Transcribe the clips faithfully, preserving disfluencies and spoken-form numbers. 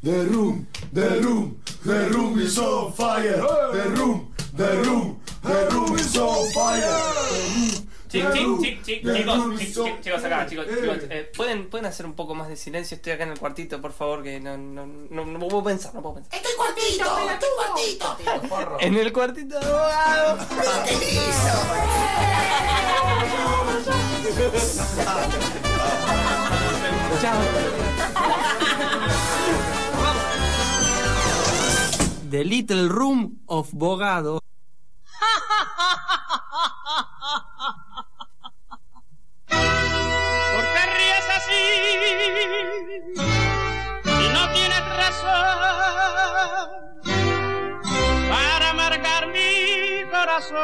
The room, the room, the room is on fire. The room, the room, the room is on fire. Chic, chic, chic, chic, chicos, chic, chic, chicos acá, chicos, chicos, eh, ¿pueden, pueden hacer un poco más de silencio. Estoy acá en el cuartito, por favor, que no, no, no, no puedo pensar, no puedo pensar. ¡Estoy cuartito! ¡Estoy cuartito! En el cuartito de abogado. ¿Qué hizo? Chao. The Little Room of Bogado. ¿Por qué ríes así? Si no tienes razón para amargar mi corazón.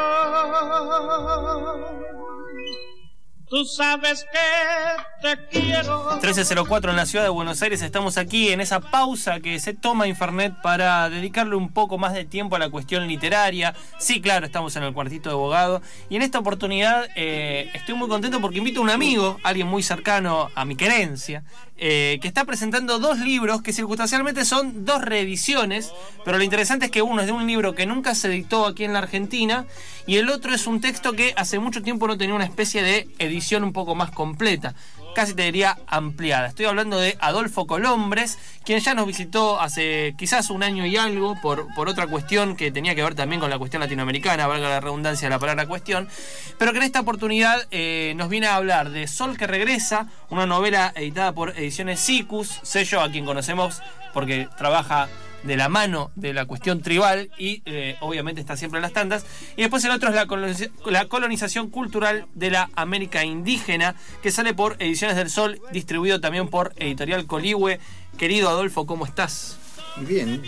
Tú sabes que te quiero. trece cero cuatro en la ciudad de Buenos Aires. Estamos aquí en esa pausa que se toma Infernet para dedicarle un poco más de tiempo a la cuestión literaria. Sí, claro, estamos en el cuartito de abogado. Y en esta oportunidad eh, estoy muy contento porque invito a un amigo, alguien muy cercano a mi querencia, eh, que está presentando dos libros que circunstancialmente son dos reediciones. Pero lo interesante es que uno es de un libro que nunca se editó aquí en la Argentina y el otro es un texto que hace mucho tiempo no tenía una especie de edición un poco más completa, casi te diría ampliada. Estoy hablando de Adolfo Colombres, quien ya nos visitó hace quizás un año y algo por, por otra cuestión que tenía que ver también con la cuestión latinoamericana, valga la redundancia de la palabra cuestión, pero que en esta oportunidad eh, nos viene a hablar de Sol que regresa, una novela editada por Ediciones Sikus, sello a quien conocemos porque trabaja de la mano de la cuestión tribal y eh, obviamente está siempre en las tandas. Y después el otro es la, coloniz- la colonización cultural de la América indígena, que sale por Ediciones del Sol, distribuido también por Editorial Coligüe. Querido Adolfo, ¿cómo estás? Bien.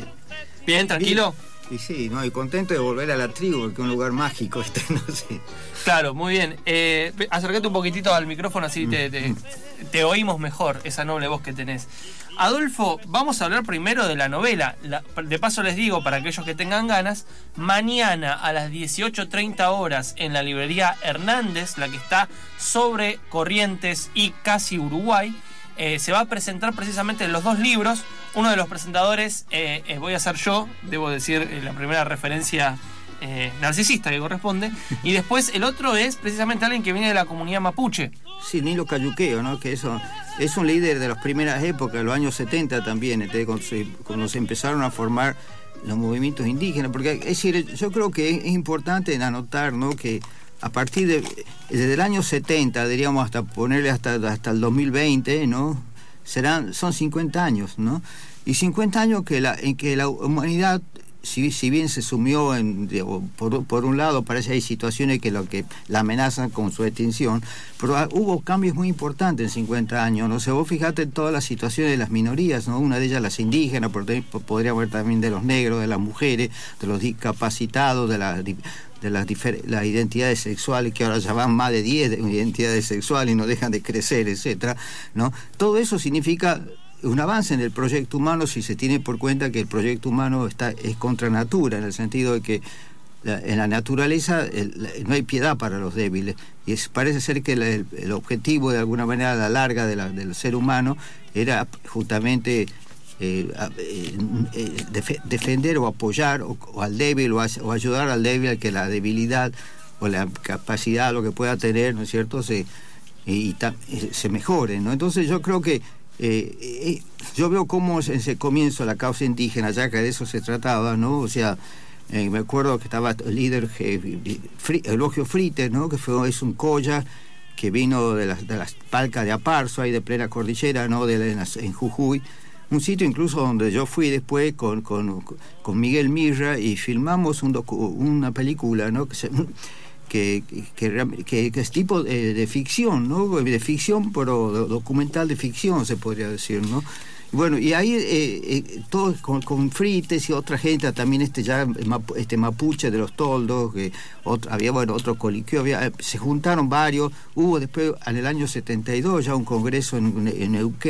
Bien, tranquilo. Y sí, no, y contento de volver a la tribu, porque es un lugar mágico este, no sé. Claro, muy bien. Eh, acércate un poquitito al micrófono, así te, te, te oímos mejor, esa noble voz que tenés. Adolfo, vamos a hablar primero de la novela. La, de paso les digo, para aquellos que tengan ganas, mañana a las dieciocho treinta horas en la librería Hernández, la que está sobre Corrientes y casi Uruguay, eh, se va a presentar precisamente los dos libros. Uno de los presentadores eh, eh, voy a ser yo, debo decir eh, la primera referencia eh, narcisista que corresponde, y después el otro es precisamente alguien que viene de la comunidad mapuche. Sí, Nilo Cayuqueo, ¿no? Que eso es un líder de las primeras épocas, de los años setenta también, entonces, cuando, se, cuando se empezaron a formar los movimientos indígenas, porque es decir, yo creo que es importante anotar, ¿no? Que a partir de desde el año setenta, diríamos hasta ponerle hasta, hasta el dos mil veinte, ¿no? Serán, son cincuenta años, ¿no? Y cincuenta años que la, en que la humanidad, si, si bien se sumió en, digo, por, por un lado parece que hay situaciones que lo que la amenazan con su extinción, pero hubo cambios muy importantes en cincuenta años, ¿no? O sea, vos fijate en todas las situaciones de las minorías, ¿no? Una de ellas las indígenas, pero podría haber también de los negros, de las mujeres, de los discapacitados, de las de las, difer- las identidades sexuales, que ahora ya van más de diez de identidades sexuales y no dejan de crecer, etcétera, ¿no? Todo eso significa un avance en el proyecto humano si se tiene por cuenta que el proyecto humano está, es contra natura, en el sentido de que la, en la naturaleza el, la, no hay piedad para los débiles, y es, parece ser que la, el, el objetivo de alguna manera a la larga de la, del ser humano era justamente Eh, eh, def- defender o apoyar o, o al débil o, a, o ayudar al débil a que la debilidad o la capacidad, lo que pueda tener, ¿no es cierto?, se, y, y ta, se mejore, ¿no? Entonces yo creo que eh, eh, yo veo cómo en ese comienzo la causa indígena, ya que de eso se trataba, ¿no? O sea, eh, me acuerdo que estaba el líder eh, Fri, Eulogio Frites, ¿no? Que fue, es un colla que vino de las, de las Palcas de Aparzo, ahí de plena cordillera, ¿no? De, de, en Jujuy, un sitio incluso donde yo fui después con, con, con Miguel Mirra y filmamos un docu, una película, ¿no? que, se, que, que, que, que es tipo de, de ficción, ¿no? De ficción, pero documental de ficción se podría decir, ¿no? Y bueno, y ahí eh, eh, todos con, con Frites y otra gente, también este ya este mapuche de los toldos, que otro, había bueno otro coliqueo, había, se juntaron varios, hubo después en el año setenta y dos ya un congreso en, en Neuquén,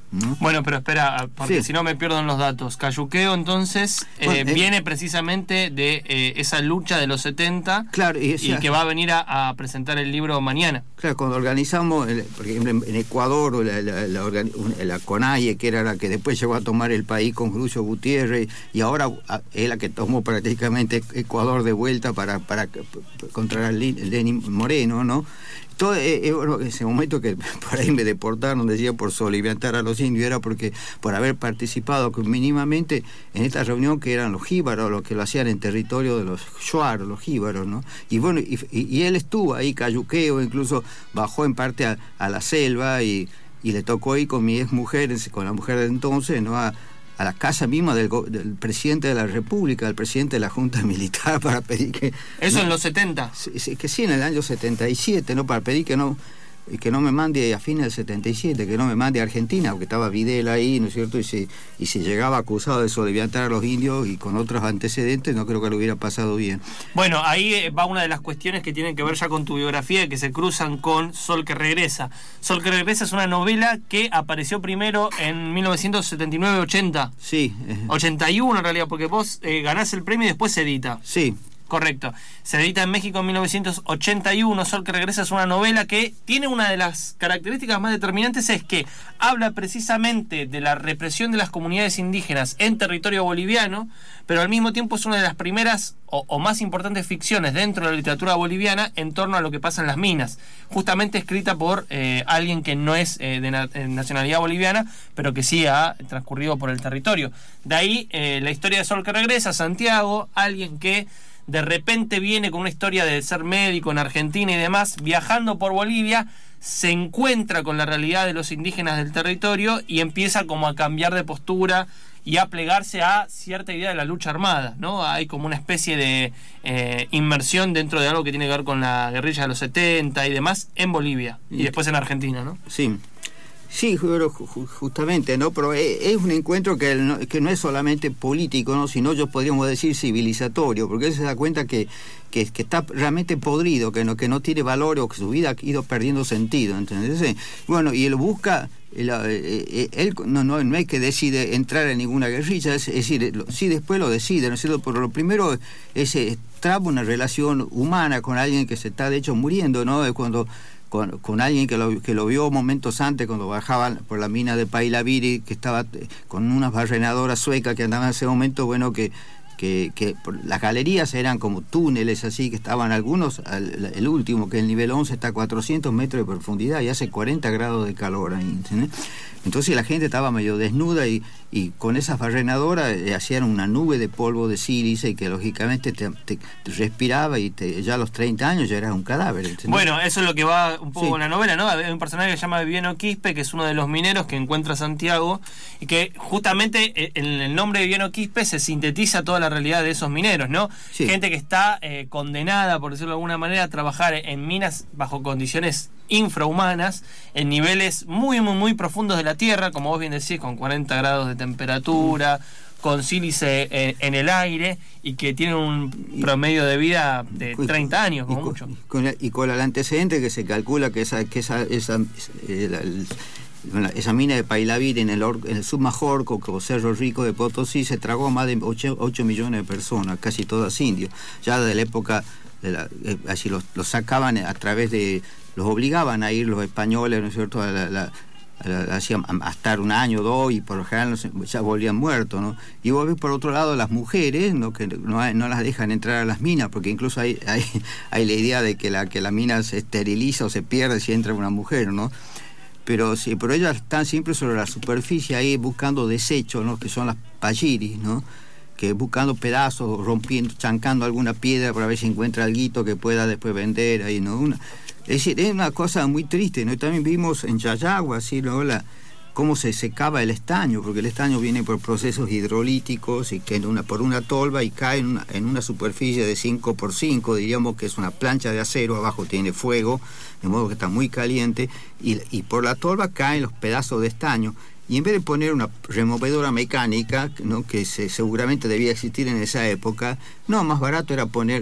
¿no? Bueno, pero espera, porque Sí. si no me pierdo en los datos. Cayuqueo, entonces, eh, Bueno, eh, viene precisamente de eh, esa lucha de los setenta Claro, y, y decía- que va a venir a, a presentar el libro mañana. Claro, cuando organizamos, el- por ejemplo, en, en Ecuador, la, la, la, organi- la CONAIE, que era la que después llegó a tomar el país con Crucio Gutiérrez, y ahora a- es la que tomó prácticamente Ecuador de vuelta para, para contra Lenín Moreno, ¿no? Todo, eh, eh, bueno, ese momento que por ahí me deportaron, decía, por soliviantar a los indios, era porque por haber participado mínimamente en esta reunión que eran los jíbaros, los que lo hacían en territorio de los shuaros, los jíbaros, ¿no? Y bueno, y, y, y él estuvo ahí, Cayuqueo, incluso bajó en parte a, a la selva y, y le tocó ir con mi ex mujer, con la mujer de entonces, ¿no? A, a la casa misma del, del presidente de la República, del presidente de la Junta Militar, para pedir que... Eso no, en los setenta. Sí, sí, que sí, en el año setenta y siete, ¿no? Para pedir que no que no me mande a fines del setenta y siete, que no me mande a Argentina, porque estaba Videla ahí, ¿no es cierto? Y si, y si llegaba acusado de soliviantar a los indios y con otros antecedentes, no creo que lo hubiera pasado bien. Bueno, ahí eh, va una de las cuestiones que tienen que ver ya con tu biografía, que se cruzan con Sol que regresa. Sol que regresa es una novela que apareció primero en mil novecientos setenta y nueve ochenta. Sí, eh, ochenta y uno en realidad, porque vos eh, ganás el premio y después se edita. sí. Correcto. Se edita en México en mil novecientos ochenta y uno. Sol que regresa es una novela que tiene una de las características más determinantes, es que habla precisamente de la represión de las comunidades indígenas en territorio boliviano, pero al mismo tiempo es una de las primeras o, o más importantes ficciones dentro de la literatura boliviana en torno a lo que pasa en las minas, justamente escrita por eh, alguien que no es eh, de na- eh, nacionalidad boliviana, pero que sí ha transcurrido por el territorio. De ahí eh, la historia de Sol que regresa, Santiago, alguien que de repente viene con una historia de ser médico en Argentina y demás, viajando por Bolivia, se encuentra con la realidad de los indígenas del territorio y empieza como a cambiar de postura y a plegarse a cierta idea de la lucha armada, ¿no? Hay como una especie de eh, inmersión dentro de algo que tiene que ver con la guerrilla de los setenta y demás en Bolivia y después en Argentina, ¿no? Sí. Sí, pero ju- justamente, ¿no? Pero es, es un encuentro que no, que no es solamente político, ¿no? Sino yo podríamos decir civilizatorio, porque él se da cuenta que, que, que está realmente podrido, que no, que no tiene valor o que su vida ha ido perdiendo sentido, ¿entendés? Bueno, y él busca, él, él, él no, no, no es que decide entrar en ninguna guerrilla, es, es decir, lo, sí después lo decide, ¿no es cierto? Pero lo primero es, es traba una relación humana con alguien que se está de hecho muriendo, ¿no? Es cuando... Con, con alguien que lo, que lo vio momentos antes cuando bajaban por la mina de Pailaviri, que estaba eh, con unas barrenadoras suecas que andaban en ese momento, bueno, que, que, que por, las galerías eran como túneles así, que estaban algunos, el, el último, que el nivel once está a cuatrocientos metros de profundidad y hace cuarenta grados de calor ahí, ¿entendés? Entonces la gente estaba medio desnuda y, y con esas barrenadoras eh, hacían una nube de polvo de sílice que lógicamente te, te, te respiraba y te, ya a los treinta años ya eras un cadáver, ¿entendés? Bueno, eso es lo que va un poco Sí. con la novela, ¿no? Hay un personaje que se llama Viviano Quispe, que es uno de los mineros que encuentra a Santiago y que justamente en el nombre de Viviano Quispe se sintetiza toda la realidad de esos mineros, ¿no? Sí. Gente que está eh, condenada, por decirlo de alguna manera, a trabajar en minas bajo condiciones infrahumanas, en niveles muy, muy, muy profundos de la tierra, como vos bien decís, con cuarenta grados de temperatura, con sílice en, en el aire, y que tienen un promedio de vida de Y- treinta años, y como con, mucho. y con el, y con el antecedente que se calcula que esa que esa esa, eh, la- el- la- esa mina de Pailavir en el, Or- en el Submajorco, o Cerro Rico de Potosí, se tragó más de ocho millones de personas, casi todas indios. Ya desde la época, de la, eh, así los, los sacaban a través de, los obligaban a ir los españoles, ¿no es cierto?, a la, la hacían a estar un año o dos y por lo general no se, ya volvían muertos, ¿no? Y vos ves por otro lado las mujeres, ¿no?, que no, hay- no las dejan entrar a las minas, porque incluso hay, hay, hay la idea de que la, que la mina se esteriliza o se pierde si entra una mujer, ¿no? Pero sí, pero ellas están siempre sobre la superficie ahí buscando desechos, ¿no?, que son las payiris, ¿no?, que buscando pedazos, rompiendo, chancando alguna piedra para ver si encuentra alguito que pueda después vender ahí, ¿no? Una, es decir, es una cosa muy triste, ¿no? Y también vimos en Yayagua, así, ¿no?, la, cómo se secaba el estaño, porque el estaño viene por procesos hidrolíticos y que en una, por una tolva y cae en una, en una superficie de cinco por cinco, diríamos que es una plancha de acero, abajo tiene fuego, de modo que está muy caliente, y, y por la tolva caen los pedazos de estaño. Y en vez de poner una removedora mecánica, ¿no?, que se, seguramente debía existir en esa época, no, más barato era poner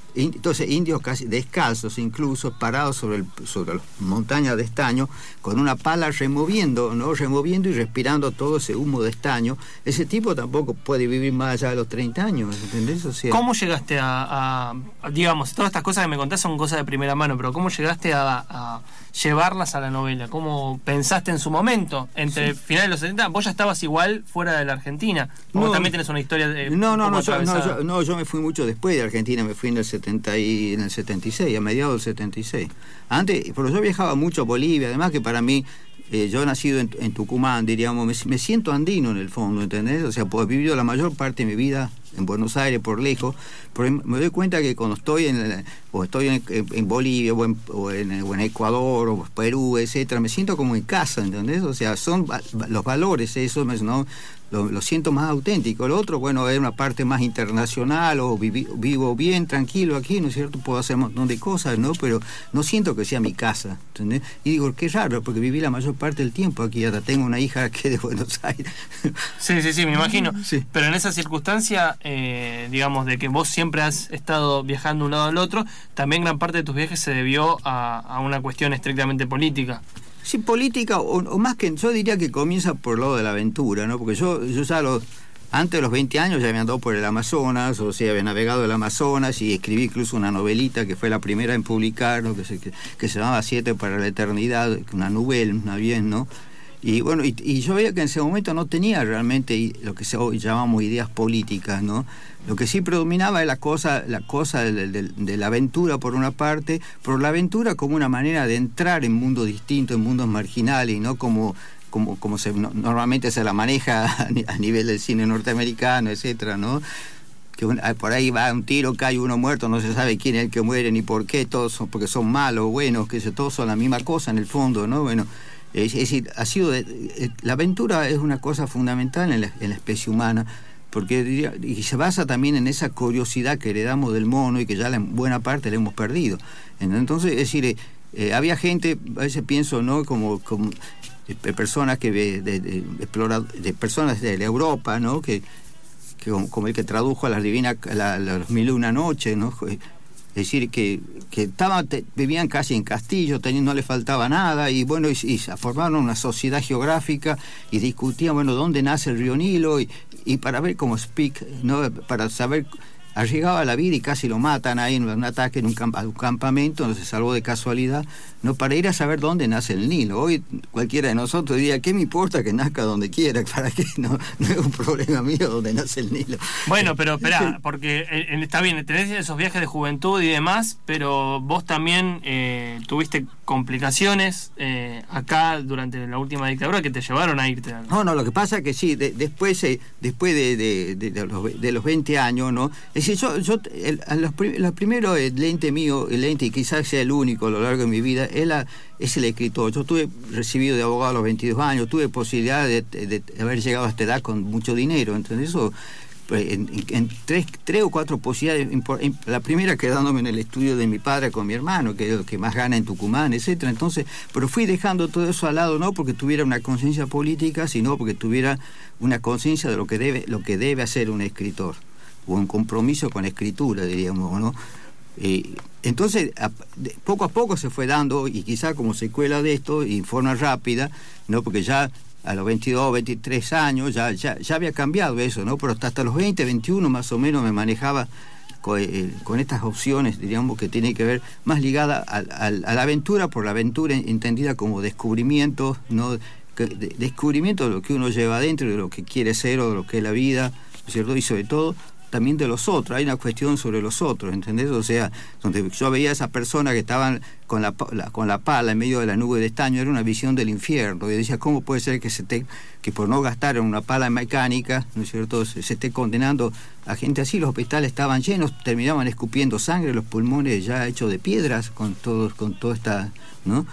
Entonces, indios casi descalzos, incluso parados sobre, el, sobre las montañas de estaño, con una pala removiendo, ¿no? Removiendo y respirando todo ese humo de estaño. Ese tipo tampoco puede vivir más allá de los treinta años, ¿entendés? O sea, ¿cómo llegaste a, a, a, digamos, todas estas cosas que me contás son cosas de primera mano, pero cómo llegaste a, a llevarlas a la novela? ¿Cómo pensaste en su momento? Entre sí. finales de los setenta, vos ya estabas igual fuera de la Argentina. Vos no, también tenés una historia de... No, no, no yo, no, yo, no, yo me fui mucho después de Argentina, me fui en el setenta y, en el setenta y seis, a mediados del setenta y seis. Antes, pero yo viajaba mucho a Bolivia, además que para mí, eh, yo he nacido en, en Tucumán, diríamos, me, me siento andino en el fondo, ¿entendés? O sea, pues, he vivido la mayor parte de mi vida en Buenos Aires, por lejos, pero me doy cuenta que cuando estoy en, o estoy en, en, en Bolivia, o en, o, en, o en Ecuador, o Perú, etcétera, me siento como en casa, ¿entendés? O sea, son los valores, eso, ¿no? Lo, lo siento más auténtico. Lo otro, bueno, es una parte más internacional, o vivi, vivo bien, tranquilo aquí, ¿no es cierto? Puedo hacer un montón de cosas, ¿no? Pero no siento que sea mi casa, ¿entendés? Y digo, qué raro, porque viví la mayor parte del tiempo aquí, hasta tengo una hija que es de Buenos Aires. Sí, sí, sí, me imagino. Sí. Pero en esa circunstancia, eh, digamos, de que vos siempre has estado viajando de un lado al otro, también gran parte de tus viajes se debió a, a una cuestión estrictamente política. Sí, política, o, o más que, yo diría que comienza por el lado de la aventura, ¿no? Porque yo, yo ya los, antes de los veinte años ya había andado por el Amazonas, o sea, había navegado el Amazonas y escribí incluso una novelita que fue la primera en publicar, ¿no? que, se, que, que se llamaba Siete para la Eternidad, una novela, una bien, ¿no? Y bueno, y, y yo veía que en ese momento no tenía realmente lo que hoy llamamos ideas políticas, ¿no? Lo que sí predominaba es la cosa, la cosa de, de, de la aventura por una parte, pero la aventura como una manera de entrar en mundos distintos, en mundos marginales, y no como como, como se, no, normalmente se la maneja a, a nivel del cine norteamericano, etcétera, ¿no? Que un, por ahí va un tiro, cae uno muerto, no se sabe quién es el que muere ni por qué, todos son, porque son malos, buenos, que todos son la misma cosa en el fondo, ¿no? Bueno, es, es decir, ha sido de, la aventura es una cosa fundamental en la, en la especie humana, porque diría, y se basa también en esa curiosidad que heredamos del mono y que ya la buena parte la hemos perdido. Entonces, es decir, eh, había gente, a veces pienso, ¿no? Como, como eh, personas que de, de, de, explora, de personas de la Europa, ¿no? Que, que como el que tradujo a las divinas, la, la, las mil y una noches, ¿no? Es decir, que, que estaban, te, vivían casi en castillos, no les faltaba nada, y bueno, y, y formaron una sociedad geográfica y discutían, bueno, dónde nace el río Nilo, y, y para ver cómo speak, ¿no? Para saber, llegaba a la vida y casi lo matan ahí en un ataque en un, camp, un campamento, no se salvó de casualidad, no, para ir a saber dónde nace el Nilo. Hoy cualquiera de nosotros diría, ¿qué me importa que nazca donde quiera? ¿Para qué? No, no es un problema mío donde nace el Nilo. Bueno, pero espera, porque eh, está bien, tenés esos viajes de juventud y demás, pero vos también eh, tuviste complicaciones eh, acá durante la última dictadura que te llevaron a irte. No, no, lo que pasa es que sí, de, después eh, después de, de, de, de, los, de los veinte años, ¿no? Es decir, yo, yo el, los, los primeros el lente mío, el lente, y quizás sea el único a lo largo de mi vida, es, la, es el escritor. Yo tuve recibido de abogado a los veintidós años, tuve posibilidad de, de, de haber llegado a esta edad con mucho dinero, ¿entendés? Eso, en, en, en tres, tres o cuatro posibilidades, la primera quedándome en el estudio de mi padre con mi hermano, que es lo que más gana en Tucumán, etcétera. Entonces, pero fui dejando todo eso al lado, no porque tuviera una conciencia política, sino porque tuviera una conciencia de lo que debe, lo que debe hacer un escritor, o un compromiso con la escritura, diríamos, ¿no? Eh, entonces, a, de, poco a poco se fue dando, y quizá como secuela de esto, y en forma rápida, ¿no? Porque ya a los veintidós, veintitrés años ya, ya, ya había cambiado eso, ¿no? Pero hasta, hasta los veinte, veintiuno más o menos me manejaba con, eh, con estas opciones, diríamos, que tienen que ver más ligada a, a, a la aventura, por la aventura entendida como descubrimiento, ¿no? Que, de, descubrimiento de lo que uno lleva adentro, de lo que quiere ser o de lo que es la vida, ¿no es cierto? Y sobre todo también de los otros, hay una cuestión sobre los otros, ¿entendés? O sea, donde yo veía a esas personas que estaban con la, la, con la pala en medio de la nube de estaño, era una visión del infierno, y decía, ¿cómo puede ser que se te, que por no gastar en una pala mecánica, ¿no es cierto?, se, se esté condenando a gente así? Los hospitales estaban llenos, terminaban escupiendo sangre, los pulmones ya hechos de piedras, con todo, con toda esta, ¿no?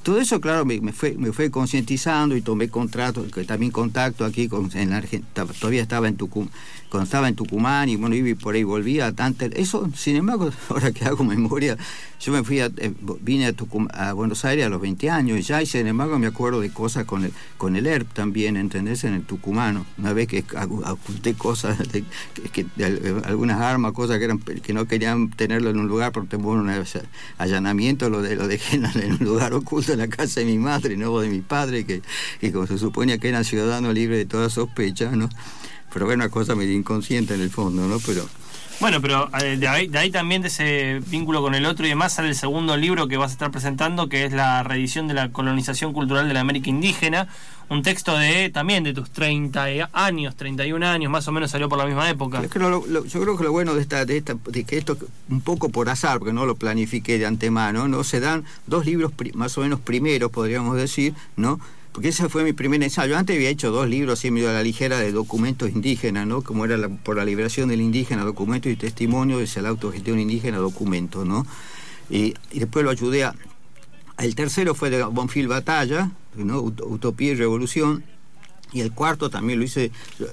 todo eso, claro, me, me fue me fue concientizando y tomé contrato, que también contacto aquí con en la Argentina, todavía estaba en Tucumán, cuando estaba en Tucumán y bueno, iba por ahí, volvía tanto. Eso, sin embargo, ahora que hago memoria, yo me fui a, eh, vine a, Tucum, a Buenos Aires a los veinte años ya, y sin embargo me acuerdo de cosas con el, con el E R P también, ¿entendés? En el tucumano. Una vez que oculté cosas, de, que, de, algunas armas, cosas que eran que no querían tenerlo en un lugar por temor a un allanamiento, lo, de, lo dejé en, en un lugar oculto en la casa de mi madre, no de mi padre, que, que como se suponía que eran ciudadanos libres de toda sospecha, ¿no? Pero bueno, una cosa medio inconsciente en el fondo, ¿no? Pero... Bueno, pero de ahí, de ahí también, de ese vínculo con el otro y demás, sale el segundo libro que vas a estar presentando, que es la reedición de la colonización cultural de la América indígena, un texto de también de tus treinta años, treinta y un años, más o menos, salió por la misma época. Yo creo, lo, lo, yo creo que lo bueno de esta, de esta, de que esto, un poco por azar, porque no lo planifiqué de antemano, ¿no? Se dan dos libros pri, más o menos primeros, podríamos decir, ¿no? Porque ese fue mi primer ensayo. Antes había hecho dos libros así medio a la ligera de documentos indígenas, ¿no? Como era la, por la liberación del indígena, documentos y testimonio, es la autogestión indígena, documento, ¿no? Y, y después lo ayudé a... El tercero fue de Bonfil Batalla, ¿no? Utopía y Revolución. Y el cuarto también lo hice,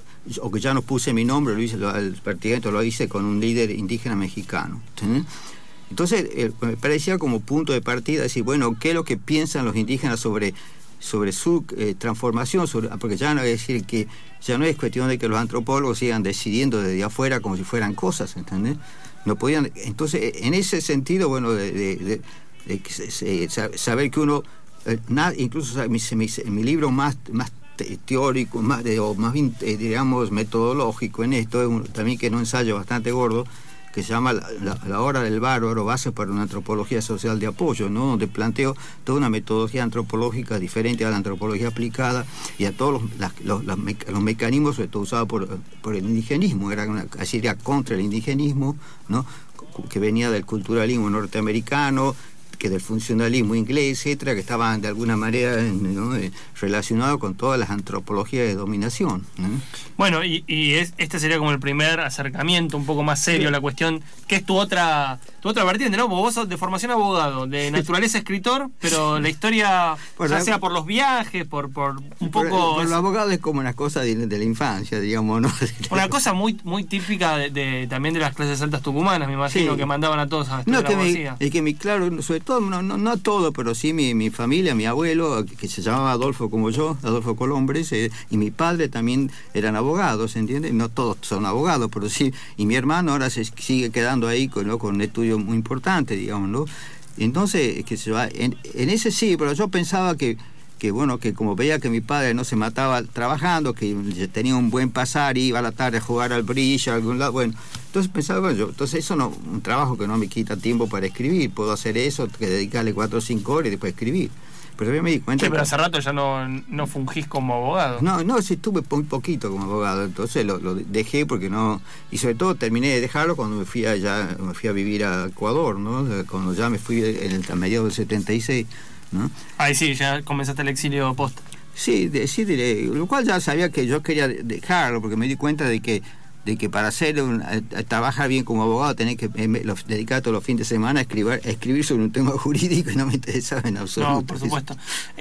o que ya no puse mi nombre, lo hice, lo, el pertinente lo hice con un líder indígena mexicano, ¿sí? Entonces, eh, me parecía como punto de partida decir, bueno, ¿qué es lo que piensan los indígenas sobre... sobre su eh, transformación, sobre, porque ya no es decir que ya no es cuestión de que los antropólogos sigan decidiendo desde afuera como si fueran cosas, ¿entendés? No podían, entonces en ese sentido, bueno, de, de, de, de, de, de saber que uno, eh, nada, incluso en mi, mi, mi libro más, más teórico, más de, o más bien, eh, digamos, metodológico en esto, es un, también que es un ensayo bastante gordo, que se llama la, la, la Hora del Bárbaro, base para una antropología social de apoyo, ¿no? Donde planteo toda una metodología antropológica diferente a la antropología aplicada y a todos los, las, los, los, meca, los mecanismos, sobre todo usados por, por el indigenismo, era una, así era contra el indigenismo, ¿no? Que venía del culturalismo norteamericano, que del funcionalismo inglés, etcétera, que estaban de alguna manera, ¿no?, eh, relacionados con todas las antropologías de dominación, ¿no? Bueno, y, y es, este sería como el primer acercamiento un poco más serio, sí, a la cuestión, que es tu otra tu otra vertiente, ¿no? Vos sos de formación abogado, de naturaleza escritor, pero la historia, por ya la, sea por los viajes, por, por un por, poco... Por los abogados es como una cosa de, de la infancia, digamos, ¿no? Una cosa muy muy típica de, de también de las clases altas tucumanas, me imagino, sí, que mandaban a todos a estudiar no, que abogacía. Es que mi, claro, sobre todo, no, no, no todo, pero sí mi, mi familia, mi abuelo, que, que se llamaba Adolfo como yo, Adolfo Colombres, eh, y mi padre también eran abogados, ¿entiendes? No todos son abogados, pero sí, y mi hermano ahora se sigue quedando ahí con, ¿no?, con un estudio muy importante, digamos, ¿no? Entonces, que se va, en, en ese sí, pero yo pensaba que, que, bueno, que como veía que mi padre no se mataba trabajando, que tenía un buen pasar, iba a la tarde a jugar al bridge, a algún lado, bueno, entonces pensaba, bueno, yo, entonces eso no, un trabajo que no me quita tiempo para escribir, puedo hacer eso, que dedicarle cuatro o cinco horas y después escribir. Pero yo me di cuenta... Sí, pero que, hace rato ya no, no fungís como abogado. No, no, sí estuve muy poquito como abogado, entonces lo, lo dejé porque no... Y sobre todo terminé de dejarlo cuando me fui allá, me fui a vivir a Ecuador, ¿no? Cuando ya me fui en el, a mediados del setenta y seis, ¿no? Ahí sí, ya comenzaste el exilio posta. Sí, de, sí, diré, lo cual ya sabía que yo quería dejarlo, porque me di cuenta de que de que para hacer un, a, a trabajar bien como abogado tenés que eh, los, dedicar todos los fines de semana a escribir, a escribir sobre un tema jurídico y no me interesaba en absoluto. No, por supuesto.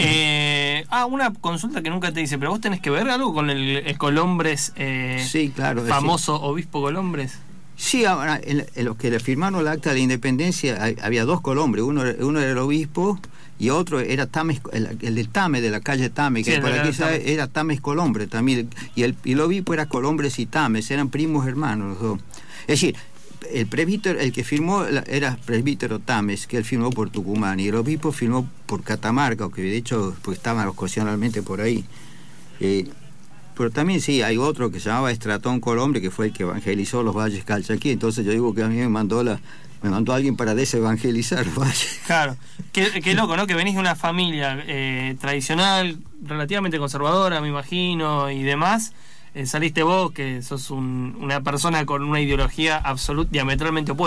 Eh, ah, una consulta que nunca te hice, pero vos tenés que ver algo con el, el Colombres, eh, sí, claro, famoso sí. obispo Colombres. Sí, ahora, en, en los que le firmaron el acta de independencia hay, había dos Colombres, uno, uno era el obispo y otro era Tames, el, el del Tame, de la calle Tame, que sí, por aquí sabe, era Tames Colombre también, y el, y el obispo era Colombres y Tames, eran primos hermanos los dos. Es decir, el presbítero, el que firmó era presbítero Tames, que él firmó por Tucumán, y el obispo firmó por Catamarca, que de hecho pues, estaban ocasionalmente por ahí. Eh, pero también sí, hay otro que se llamaba Estratón Colombre, que fue el que evangelizó los valles Calchaquí, entonces yo digo que a mí me mandó la... Me mandó alguien para desevangelizar, vaya. Claro, qué, qué loco, ¿no? Que venís de una familia eh, tradicional, relativamente conservadora, me imagino, y demás. Eh, saliste vos, que sos un, una persona con una ideología absoluta, diametralmente opuesta.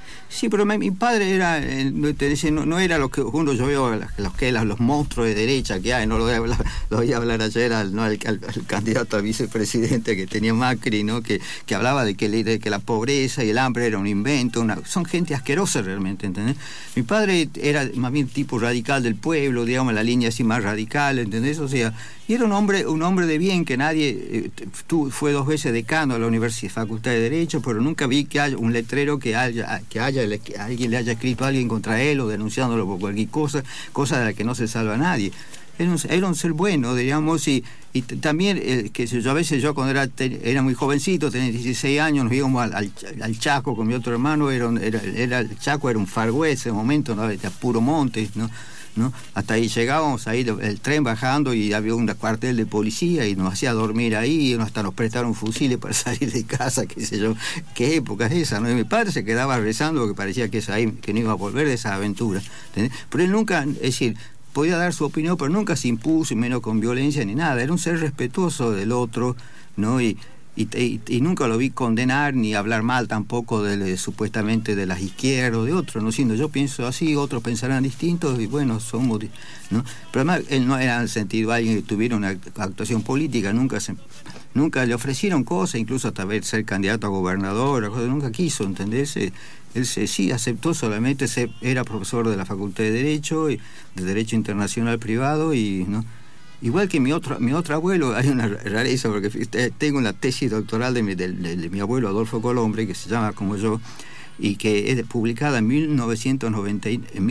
Sí, pero mi, mi padre era, eh, no, no era lo que uno yo veo, los que los monstruos de derecha que hay, no lo voy a hablar, lo voy a hablar ayer al, no, al, al, al candidato a vicepresidente que tenía Macri, ¿no? que, que hablaba de que, de que la pobreza y el hambre era un invento, una, son gente asquerosa realmente, ¿entendés? Mi padre era más bien tipo radical del pueblo, digamos, la línea así más radical, ¿entendés? O sea, y era un hombre, un hombre de bien que nadie, eh, tú, fue dos veces decano a la Universidad Facultad de Derecho, pero nunca vi que haya un letrero que haya, que haya que alguien le haya escrito a alguien contra él o denunciándolo por cualquier cosa, cosa de la que no se salva a nadie. Era un, era un ser bueno, digamos, y, y también, eh, que yo a veces yo cuando era, te, era muy jovencito, tenía dieciséis años, nos íbamos al, al, al Chaco con mi otro hermano, era, un, era, era el Chaco era un Far West en ese momento, ¿no? De puro monte, ¿no? ¿no? Hasta ahí llegábamos, ahí el tren bajando y había un cuartel de policía y nos hacía dormir ahí, y hasta nos prestaron fusiles para salir de casa, qué sé yo, qué época es esa, ¿no? Y mi padre se quedaba rezando porque parecía que, ahí, que no iba a volver de esa aventura, ¿entendés? Pero él nunca, es decir, podía dar su opinión, pero nunca se impuso, y menos con violencia ni nada, era un ser respetuoso del otro, ¿no? Y Y, y, y nunca lo vi condenar ni hablar mal tampoco de, de, supuestamente de las izquierdas o de otros, no siendo yo pienso así, otros pensarán distintos y bueno, somos, ¿no? Pero además él no era en el sentido de alguien que tuviera una actuación política, nunca se, nunca le ofrecieron cosas, incluso hasta ver ser candidato a gobernador, cosas, nunca quiso, ¿entendés? Él se, sí aceptó, solamente se, era profesor de la Facultad de Derecho y de Derecho Internacional Privado y no. Igual que mi otro mi otro abuelo, hay una rareza porque tengo una tesis doctoral de mi, de, de, de mi abuelo Adolfo Colombre, que se llama como yo, y que es publicada en mil ochocientos noventa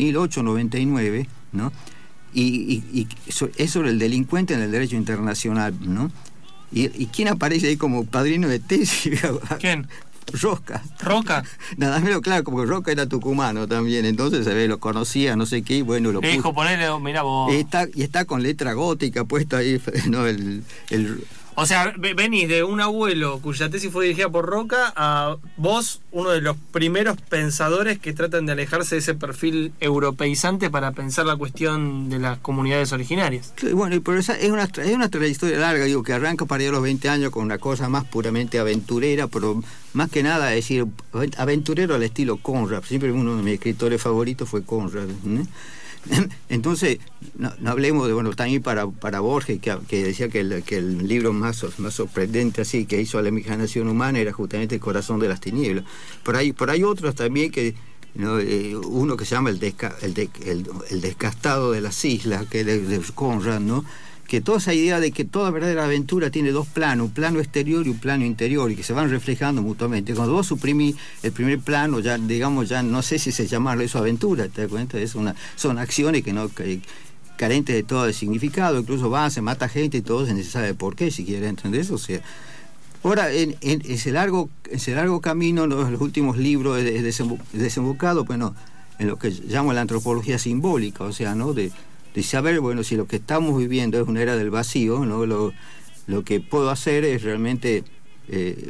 y nueve, ¿no? Y, y, y es sobre el delincuente en el derecho internacional, ¿no? ¿Y, y quién aparece ahí como padrino de tesis? ¿Quién? Roca. ¿Roca? Nada menos claro, como Roca era tucumano también, entonces se ve, lo conocía, no sé qué, y bueno, lo Le dijo, ponele, mirá vos. Y está, y está con letra gótica puesta ahí, ¿no? El, el... O sea, venís de un abuelo cuya tesis fue dirigida por Roca a vos, uno de los primeros pensadores que tratan de alejarse de ese perfil europeizante para pensar la cuestión de las comunidades originarias. Bueno, pero esa es una, es una trayectoria larga, digo, que arranca para ir a los veinte años con una cosa más puramente aventurera, pero más que nada, es decir, aventurero al estilo Conrad. Siempre uno de mis escritores favoritos fue Conrad, ¿eh? Entonces, no, no hablemos de, bueno, también para, para Borges, que, que decía que el, que el libro más, más sorprendente así que hizo a la imaginación humana era justamente El corazón de las tinieblas. Por ahí, por ahí otros también que, ¿no? eh, uno que se llama el, desca, el, de, el, el descastado de las islas, que es de, de Conrad, ¿no? Que toda esa idea de que toda verdadera aventura tiene dos planos, un plano exterior y un plano interior, y que se van reflejando mutuamente. Cuando vos suprimís el primer plano, ya digamos, ya no sé si se llamarlo eso aventura, ¿te das cuenta? Es una, son acciones que no que, carentes de todo el significado, incluso va, se mata gente y todo, se sabe por qué, si quiere, ¿entendés? O sea, ahora, en, en ese largo ese largo camino, ¿no? Los últimos libros he desembocado, bueno, en lo que llamo la antropología simbólica, o sea, ¿no? De de saber, bueno, si lo que estamos viviendo es una era del vacío, ¿no? Lo, lo que puedo hacer es realmente eh,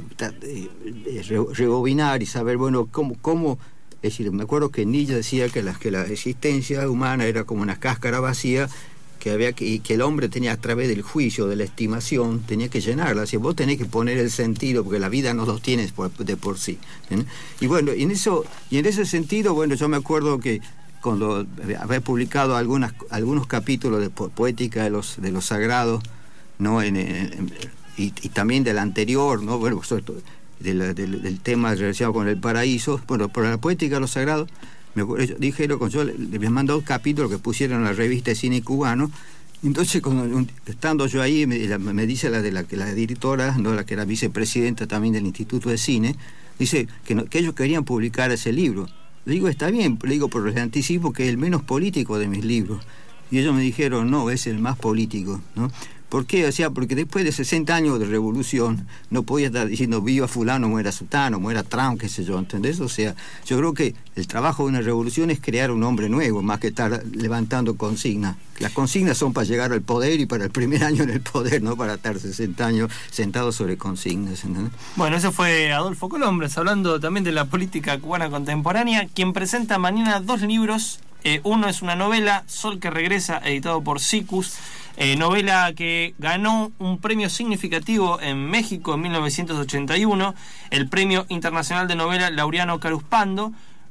rebobinar y saber, bueno, cómo, cómo, es decir, me acuerdo que Nietzsche decía que la, que la existencia humana era como una cáscara vacía, que había que, y que el hombre tenía a través del juicio, de la estimación, tenía que llenarla. Así, vos tenés que poner el sentido, porque la vida no lo tienes por, de por sí, ¿eh? Y bueno, y en eso, y en ese sentido, bueno, yo me acuerdo que cuando había publicado algunas, algunos capítulos de po poética de los, de los sagrados, ¿no? En, en, en, y, y también del anterior, ¿no? Bueno, sobre todo del, del, del tema relacionado con el paraíso. Bueno, por la poética de los sagrados, me acuerdo, dijeron, yo les había mandado un capítulo que pusieron en la revista de cine cubano. Entonces, cuando, estando yo ahí, me, la, me dice la de la, la directora, ¿no? La que era vicepresidenta también del Instituto de Cine, dice que, no, que ellos querían publicar ese libro. Le digo, está bien, le digo, pero les anticipo que es el menos político de mis libros. Y ellos me dijeron, no, es el más político, ¿no? ¿Por qué? O sea, porque después de sesenta años de revolución no podía estar diciendo viva fulano, muera sutano, muera Trump, qué sé yo, ¿entendés? O sea, yo creo que el trabajo de una revolución es crear un hombre nuevo, más que estar levantando consignas. Las consignas son para llegar al poder y para el primer año en el poder, no para estar sesenta años sentados sobre consignas, ¿entendés? Bueno, eso fue Adolfo Colombres, hablando también de la política cubana contemporánea, quien presenta mañana dos libros. Eh, uno es una novela, Sol que regresa, editado por Sicus. Eh, novela que ganó un premio significativo en México en mil novecientos ochenta y uno, el Premio Internacional de Novela Laureano Caruspando.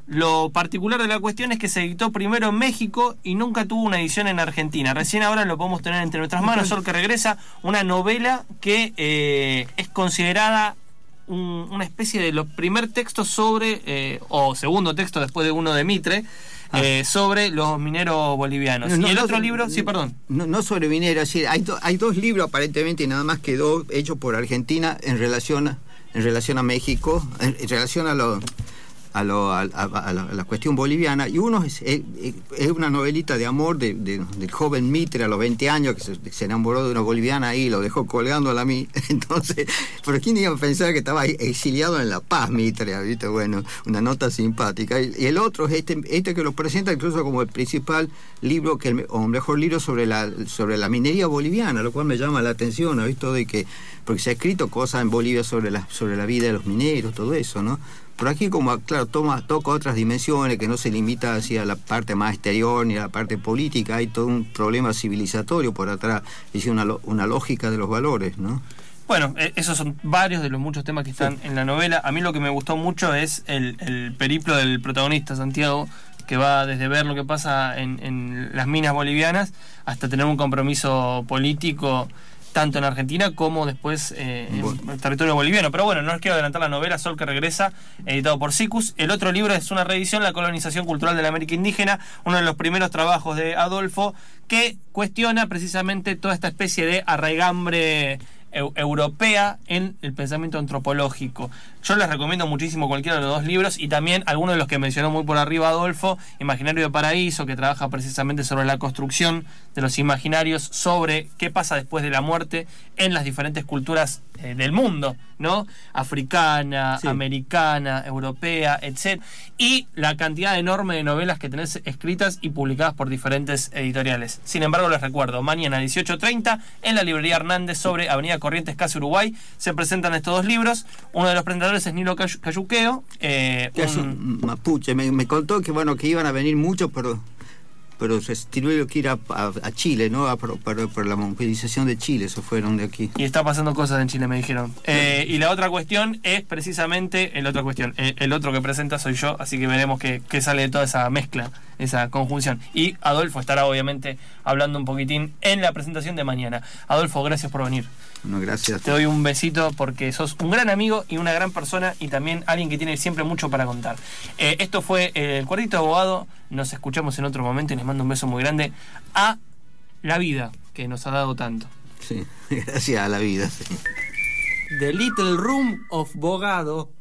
Lo particular de la cuestión es que se editó primero en México y nunca tuvo una edición en Argentina. Recién ahora lo podemos tener entre nuestras manos. Sol que regresa, una novela que eh, es considerada un, una especie de los primer textos sobre, eh, o segundo texto después de uno de Mitre, ah. eh, sobre los mineros bolivianos. No, no, y el no, otro no, libro, sí, perdón. No, no sobre mineros, sí, hay, do, hay dos libros aparentemente y nada más que dos hechos por Argentina en relación a, en relación a México, en, en relación a lo... A, lo, a, a, a, la, a la cuestión boliviana, y uno es, es, es una novelita de amor de, de, del joven Mitre a los veinte años que se, se enamoró de una boliviana ahí y lo dejó colgando a la mí. Entonces, ¿por quién iba a pensar que estaba exiliado en La Paz Mitre? ¿Viste? Bueno, una nota simpática. Y, y el otro es este, este que lo presenta incluso como el principal libro, que el, o mejor libro sobre la, sobre la minería boliviana, lo cual me llama la atención, ¿no? ¿Visto? De que, porque se ha escrito cosas en Bolivia sobre la, sobre la vida de los mineros, todo eso, ¿no? Por aquí, como claro, toma, toca otras dimensiones, que no se limita hacia la parte más exterior ni a la parte política, hay todo un problema civilizatorio por atrás, es decir, una, una lógica de los valores, ¿no? Bueno, esos son varios de los muchos temas que están sí. en la novela. A mí lo que me gustó mucho es el, el periplo del protagonista, Santiago, que va desde ver lo que pasa en, en las minas bolivianas hasta tener un compromiso político tanto en Argentina como después eh, bueno. en el territorio boliviano. Pero bueno, no les quiero adelantar la novela Sol que regresa, editado por Sikus. El otro libro es una reedición, La colonización cultural de la América indígena, uno de los primeros trabajos de Adolfo, que cuestiona precisamente toda esta especie de arraigambre europea en el pensamiento antropológico. Yo les recomiendo muchísimo cualquiera de los dos libros, y también algunos de los que mencionó muy por arriba Adolfo, Imaginario de Paraíso, que trabaja precisamente sobre la construcción de los imaginarios, sobre qué pasa después de la muerte en las diferentes culturas eh, del mundo, ¿no? Africana, sí. americana, europea, etcétera. Y la cantidad enorme de novelas que tenés escritas y publicadas por diferentes editoriales. Sin embargo, les recuerdo, mañana dieciocho treinta en la librería Hernández sobre Avenida Corrientes, casi Uruguay, se presentan estos dos libros. Uno de los presentadores es Nilo Cayuqueo, eh, que es un mapuche. Me, me contó que bueno que iban a venir muchos, pero pero se tuvieron que ir a, a, a Chile, ¿no? A, por, por, por la movilización de Chile, se fueron de aquí. Y está pasando cosas en Chile, me dijeron. Eh, y la otra cuestión es precisamente, el otra cuestión, el, el otro que presenta soy yo, así que veremos qué, qué sale de toda esa mezcla, esa conjunción. Y Adolfo estará obviamente hablando un poquitín en la presentación de mañana. Adolfo, gracias por venir. Bueno, gracias. Te doy un besito porque sos un gran amigo y una gran persona, y también alguien que tiene siempre mucho para contar. Eh, esto fue El Cuartito de Abogado. Nos escuchamos en otro momento y les mando un beso muy grande a la vida que nos ha dado tanto. Sí, gracias a la vida. Sí. The Little Room of Bogado.